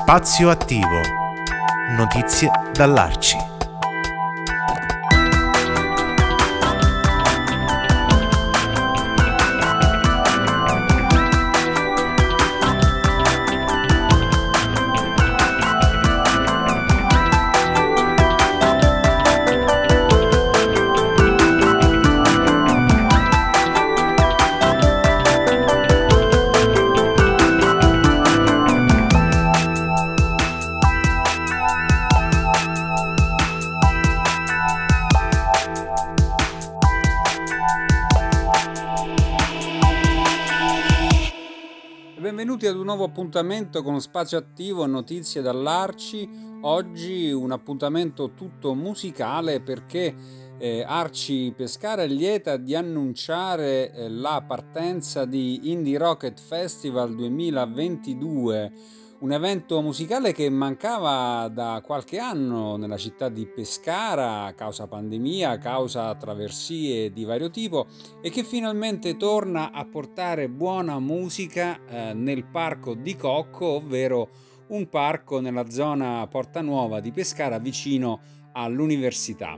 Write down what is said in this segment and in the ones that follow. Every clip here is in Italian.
Spazio attivo. Notizie dall'Arci. Benvenuti ad un nuovo appuntamento con Spazio Attivo, notizie dall'Arci. Oggi un appuntamento tutto musicale perché Arci Pescara è lieta di annunciare la partenza di Indie Rocket Festival 2022, un evento musicale che mancava da qualche anno nella città di Pescara, causa pandemia, causa traversie di vario tipo, e che finalmente torna a portare buona musica nel parco di Cocco, ovvero un parco nella zona Porta Nuova di Pescara vicino all'università.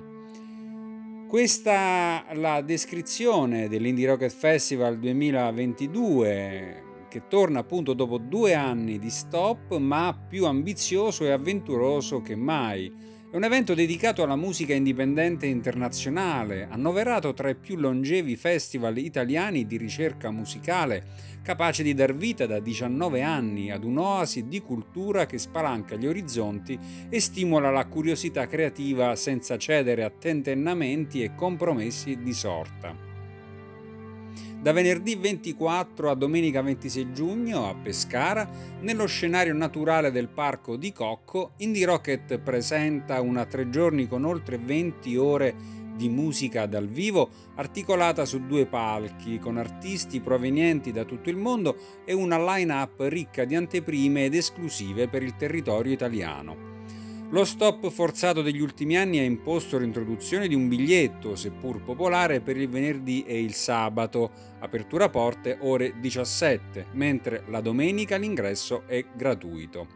Questa è la descrizione dell'Indie Rocket Festival 2022, che torna appunto dopo 2 anni di stop, ma più ambizioso e avventuroso che mai. È un evento dedicato alla musica indipendente internazionale, annoverato tra i più longevi festival italiani di ricerca musicale, capace di dar vita da 19 anni ad un'oasi di cultura che spalanca gli orizzonti e stimola la curiosità creativa senza cedere a tentennamenti e compromessi di sorta. Da venerdì 24 a domenica 26 giugno a Pescara, nello scenario naturale del parco di Cocco, Indie Rocket presenta una 3 giorni con oltre 20 ore di musica dal vivo, articolata su 2 palchi, con artisti provenienti da tutto il mondo e una line-up ricca di anteprime ed esclusive per il territorio italiano. Lo stop forzato degli ultimi anni ha imposto l'introduzione di un biglietto, seppur popolare, per il venerdì e il sabato, apertura porte ore 17, mentre la domenica l'ingresso è gratuito.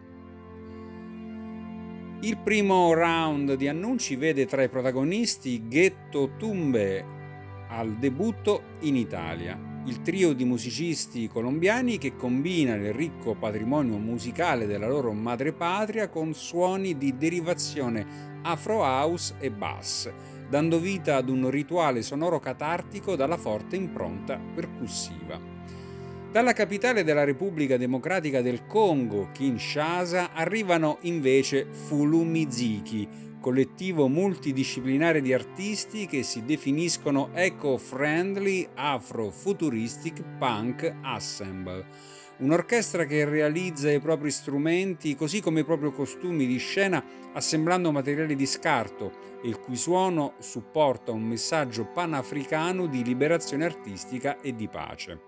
Il primo round di annunci vede tra i protagonisti Ghetto Tumbe al debutto in Italia. Il trio di musicisti colombiani che combina il ricco patrimonio musicale della loro madrepatria con suoni di derivazione afro house e bass, dando vita ad un rituale sonoro catartico dalla forte impronta percussiva. Dalla capitale della Repubblica Democratica del Congo, Kinshasa, arrivano invece Fulumiziki, collettivo multidisciplinare di artisti che si definiscono eco-friendly afro-futuristic punk ensemble. Un'orchestra che realizza i propri strumenti così come i propri costumi di scena assemblando materiali di scarto e il cui suono supporta un messaggio panafricano di liberazione artistica e di pace.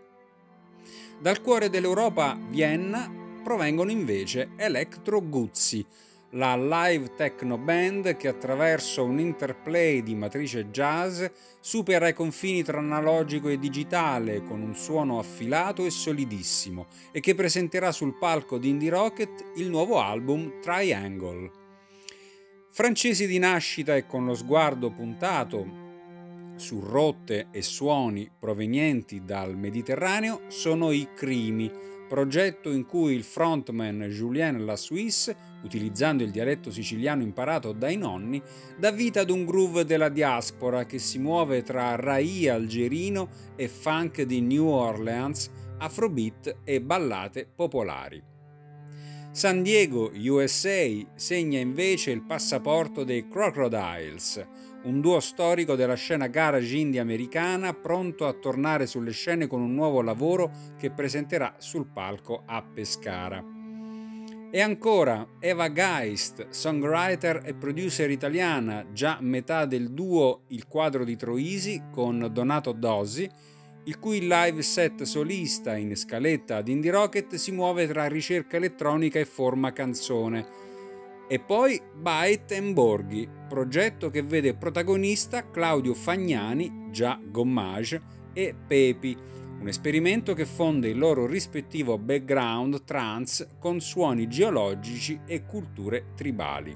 Dal cuore dell'Europa, Vienna, provengono invece Electro Guzzi, la live techno band che attraverso un interplay di matrice jazz supera i confini tra analogico e digitale con un suono affilato e solidissimo e che presenterà sul palco di Indie Rocket il nuovo album Triangle. Francesi di nascita e con lo sguardo puntato su rotte e suoni provenienti dal Mediterraneo sono i Crimi, progetto in cui il frontman Julien Lassuisse, utilizzando il dialetto siciliano imparato dai nonni, dà vita ad un groove della diaspora che si muove tra rai algerino e funk di New Orleans, afrobeat e ballate popolari. San Diego, USA, segna invece il passaporto dei Crocodiles, un duo storico della scena garage indie americana pronto a tornare sulle scene con un nuovo lavoro che presenterà sul palco a Pescara. E ancora Eva Geist, songwriter e producer italiana, già metà del duo Il Quadro di Troisi con Donato Dossi, il cui live set solista in scaletta ad Indie Rocket si muove tra ricerca elettronica e forma canzone. E poi Bite & Borghi, progetto che vede protagonista Claudio Fagnani, già Gommage, e Pepi, Un esperimento che fonde il loro rispettivo background trance con suoni geologici e culture tribali.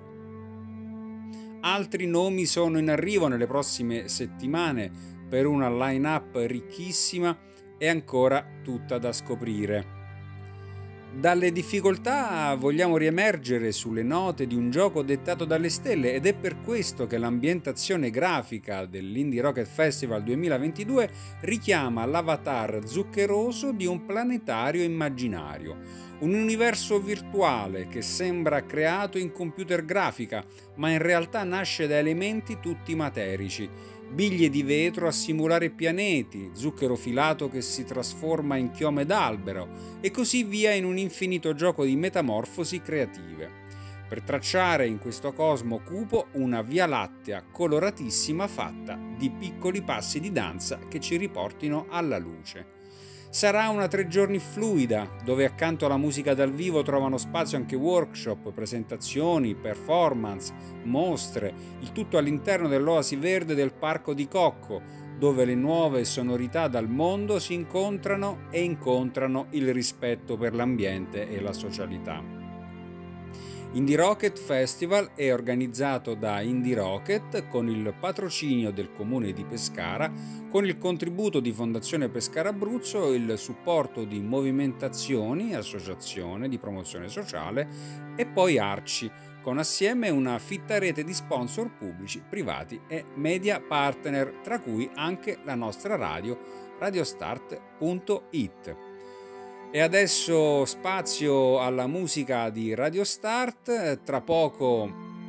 Altri nomi sono in arrivo nelle prossime settimane per una line-up ricchissima e ancora tutta da scoprire. Dalle difficoltà vogliamo riemergere sulle note di un gioco dettato dalle stelle, ed è per questo che l'ambientazione grafica dell'Indie Rocket Festival 2022 richiama l'avatar zuccheroso di un planetario immaginario, un universo virtuale che sembra creato in computer grafica, ma in realtà nasce da elementi tutti materici. Biglie di vetro a simulare pianeti, zucchero filato che si trasforma in chiome d'albero e così via in un infinito gioco di metamorfosi creative, per tracciare in questo cosmo cupo una via lattea coloratissima fatta di piccoli passi di danza che ci riportino alla luce. Sarà una 3 giorni fluida, dove accanto alla musica dal vivo trovano spazio anche workshop, presentazioni, performance, mostre, il tutto all'interno dell'oasi verde del Parco di Cocco, dove le nuove sonorità dal mondo si incontrano e incontrano il rispetto per l'ambiente e la socialità. Indie Rocket Festival è organizzato da Indie Rocket con il patrocinio del Comune di Pescara, con il contributo di Fondazione Pescara Abruzzo e il supporto di Movimentazioni, associazione di promozione sociale, e poi Arci, con assieme una fitta rete di sponsor pubblici, privati e media partner, tra cui anche la nostra radio, radiostart.it. E adesso spazio alla musica di Radio Start, tra poco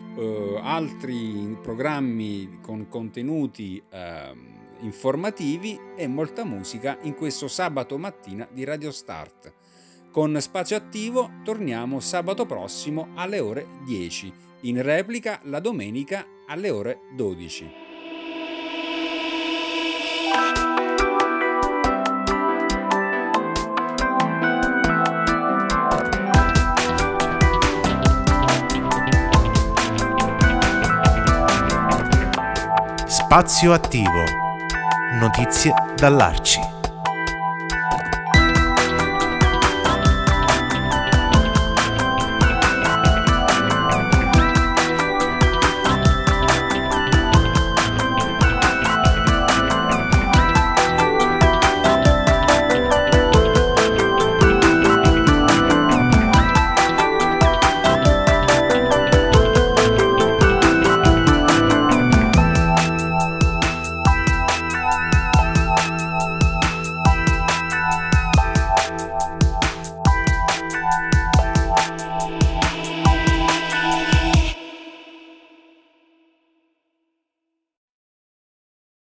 altri programmi con contenuti informativi e molta musica in questo sabato mattina di Radio Start. Con Spazio Attivo torniamo sabato prossimo alle ore 10, in replica la domenica alle ore 12. Spazio Attivo. Notizie dall'Arci.